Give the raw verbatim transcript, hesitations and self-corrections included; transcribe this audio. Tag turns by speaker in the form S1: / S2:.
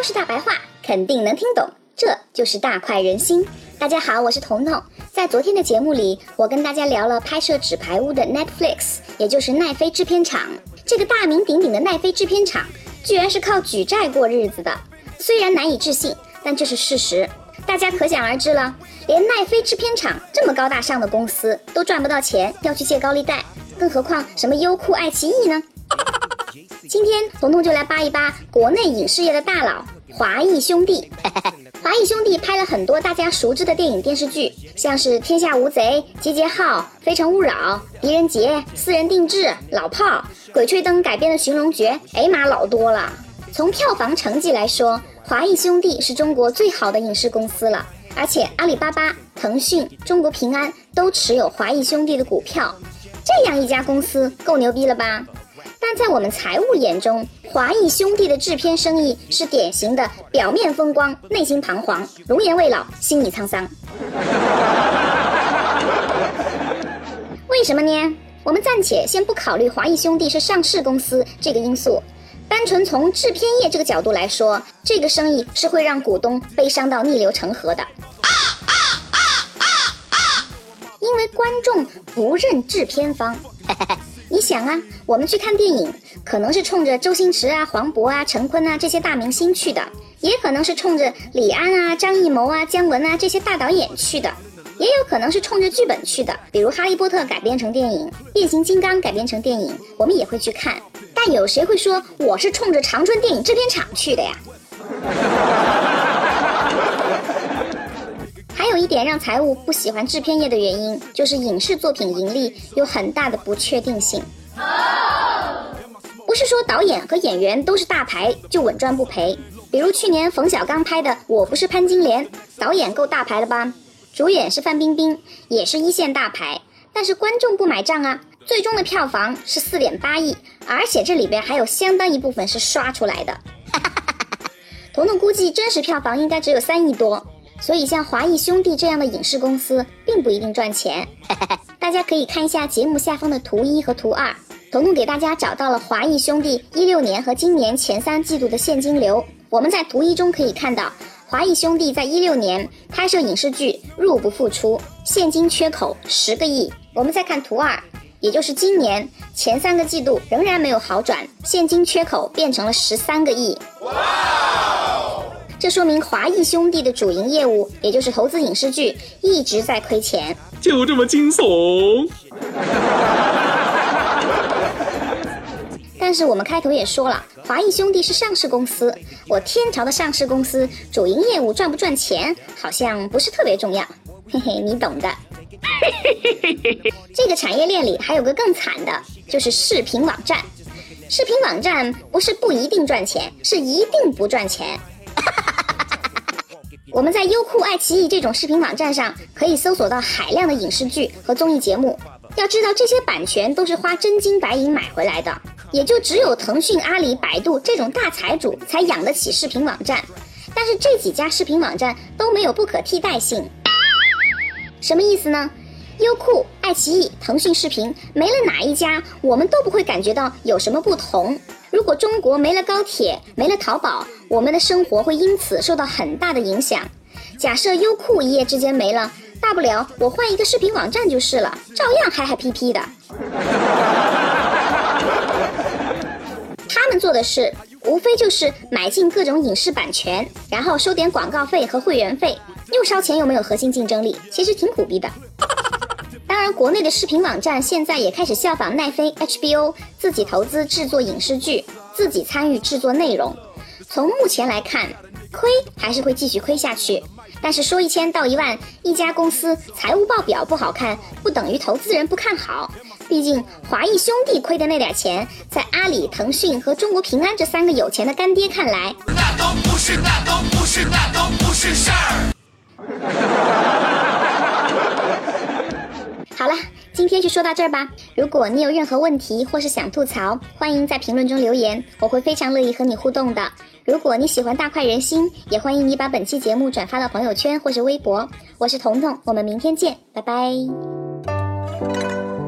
S1: 都是大白话，肯定能听懂，这就是大快人心。大家好，我是彤彤。在昨天的节目里，我跟大家聊了拍摄纸牌屋的 Netflix， 也就是奈飞制片厂。这个大名鼎鼎的奈飞制片厂居然是靠举债过日子的，虽然难以置信，但这是事实。大家可想而知了，连奈飞制片厂这么高大上的公司都赚不到钱，要去借高利贷，更何况什么优酷、爱奇艺呢？今天彤彤就来扒一扒国内影视业的大佬华谊兄弟。华谊兄弟拍了很多大家熟知的电影电视剧，像是《天下无贼》、《集结号》、《非诚勿扰》、《狄仁杰》、《私人定制》、《老炮》、《鬼吹灯》改编的《寻龙诀》，哎妈，老多了。从票房成绩来说，华谊兄弟是中国最好的影视公司了，而且阿里巴巴、腾讯、中国平安都持有华谊兄弟的股票，这样一家公司够牛逼了吧？但在我们财务眼中，华谊兄弟的制片生意是典型的表面风光，内心彷徨，容颜未老，心已沧桑。为什么呢？我们暂且先不考虑华谊兄弟是上市公司这个因素，单纯从制片业这个角度来说，这个生意是会让股东悲伤到逆流成河的。因为观众不认制片方。你想啊，我们去看电影，可能是冲着周星驰啊、黄渤啊、陈坤啊这些大明星去的，也可能是冲着李安啊、张艺谋啊、姜文啊这些大导演去的，也有可能是冲着剧本去的，比如哈利波特改编成电影，变形金刚改编成电影，我们也会去看。但有谁会说我是冲着长春电影制片厂去的呀？还有一点让财务不喜欢制片业的原因，就是影视作品盈利有很大的不确定性。不是说导演和演员都是大牌就稳赚不赔，比如去年冯小刚拍的《我不是潘金莲》，导演够大牌了吧？主演是范冰冰，也是一线大牌，但是观众不买账啊，最终的票房是 四点八亿，而且这里边还有相当一部分是刷出来的。彤彤估计真实票房应该只有三亿多。所以像华谊兄弟这样的影视公司并不一定赚钱。大家可以看一下节目下方的图一和图二，彤彤给大家找到了华谊兄弟一六年和今年前三季度的现金流。我们在图一中可以看到，华谊兄弟在一六年拍摄影视剧入不敷出，现金缺口十个亿。我们再看图二，也就是今年前三个季度仍然没有好转，现金缺口变成了十三个亿。这说明华谊兄弟的主营业务，也就是投资影视剧，一直在亏钱。
S2: 就这么惊悚。
S1: 但是我们开头也说了，华谊兄弟是上市公司，我天朝的上市公司主营业务赚不赚钱，好像不是特别重要。嘿嘿，你懂的。这个产业链里还有个更惨的，就是视频网站。视频网站不是不一定赚钱，是一定不赚钱。我们在优酷、爱奇艺这种视频网站上可以搜索到海量的影视剧和综艺节目，要知道这些版权都是花真金白银买回来的，也就只有腾讯、阿里、百度这种大财主才养得起视频网站，但是这几家视频网站都没有不可替代性。什么意思呢？优酷、爱奇艺、腾讯视频没了哪一家，我们都不会感觉到有什么不同。如果中国没了高铁，没了淘宝，我们的生活会因此受到很大的影响。假设优酷一夜之间没了，大不了我换一个视频网站就是了，照样嗨嗨皮皮的。他们做的事无非就是买进各种影视版权，然后收点广告费和会员费，又烧钱又没有核心竞争力，其实挺苦逼的。当然，国内的视频网站现在也开始效仿奈飞、H B O， 自己投资制作影视剧，自己参与制作内容。从目前来看，亏还是会继续亏下去。但是说一千道一万，一家公司财务报表不好看，不等于投资人不看好。毕竟华谊兄弟亏的那点钱，在阿里、腾讯和中国平安这三个有钱的干爹看来，
S3: 那都不是，那都不是，那都不是事儿。
S1: 好了，今天就说到这儿吧。如果你有任何问题或是想吐槽，欢迎在评论中留言，我会非常乐意和你互动的。如果你喜欢大快人心，也欢迎你把本期节目转发到朋友圈或是微博。我是彤彤，我们明天见，拜拜。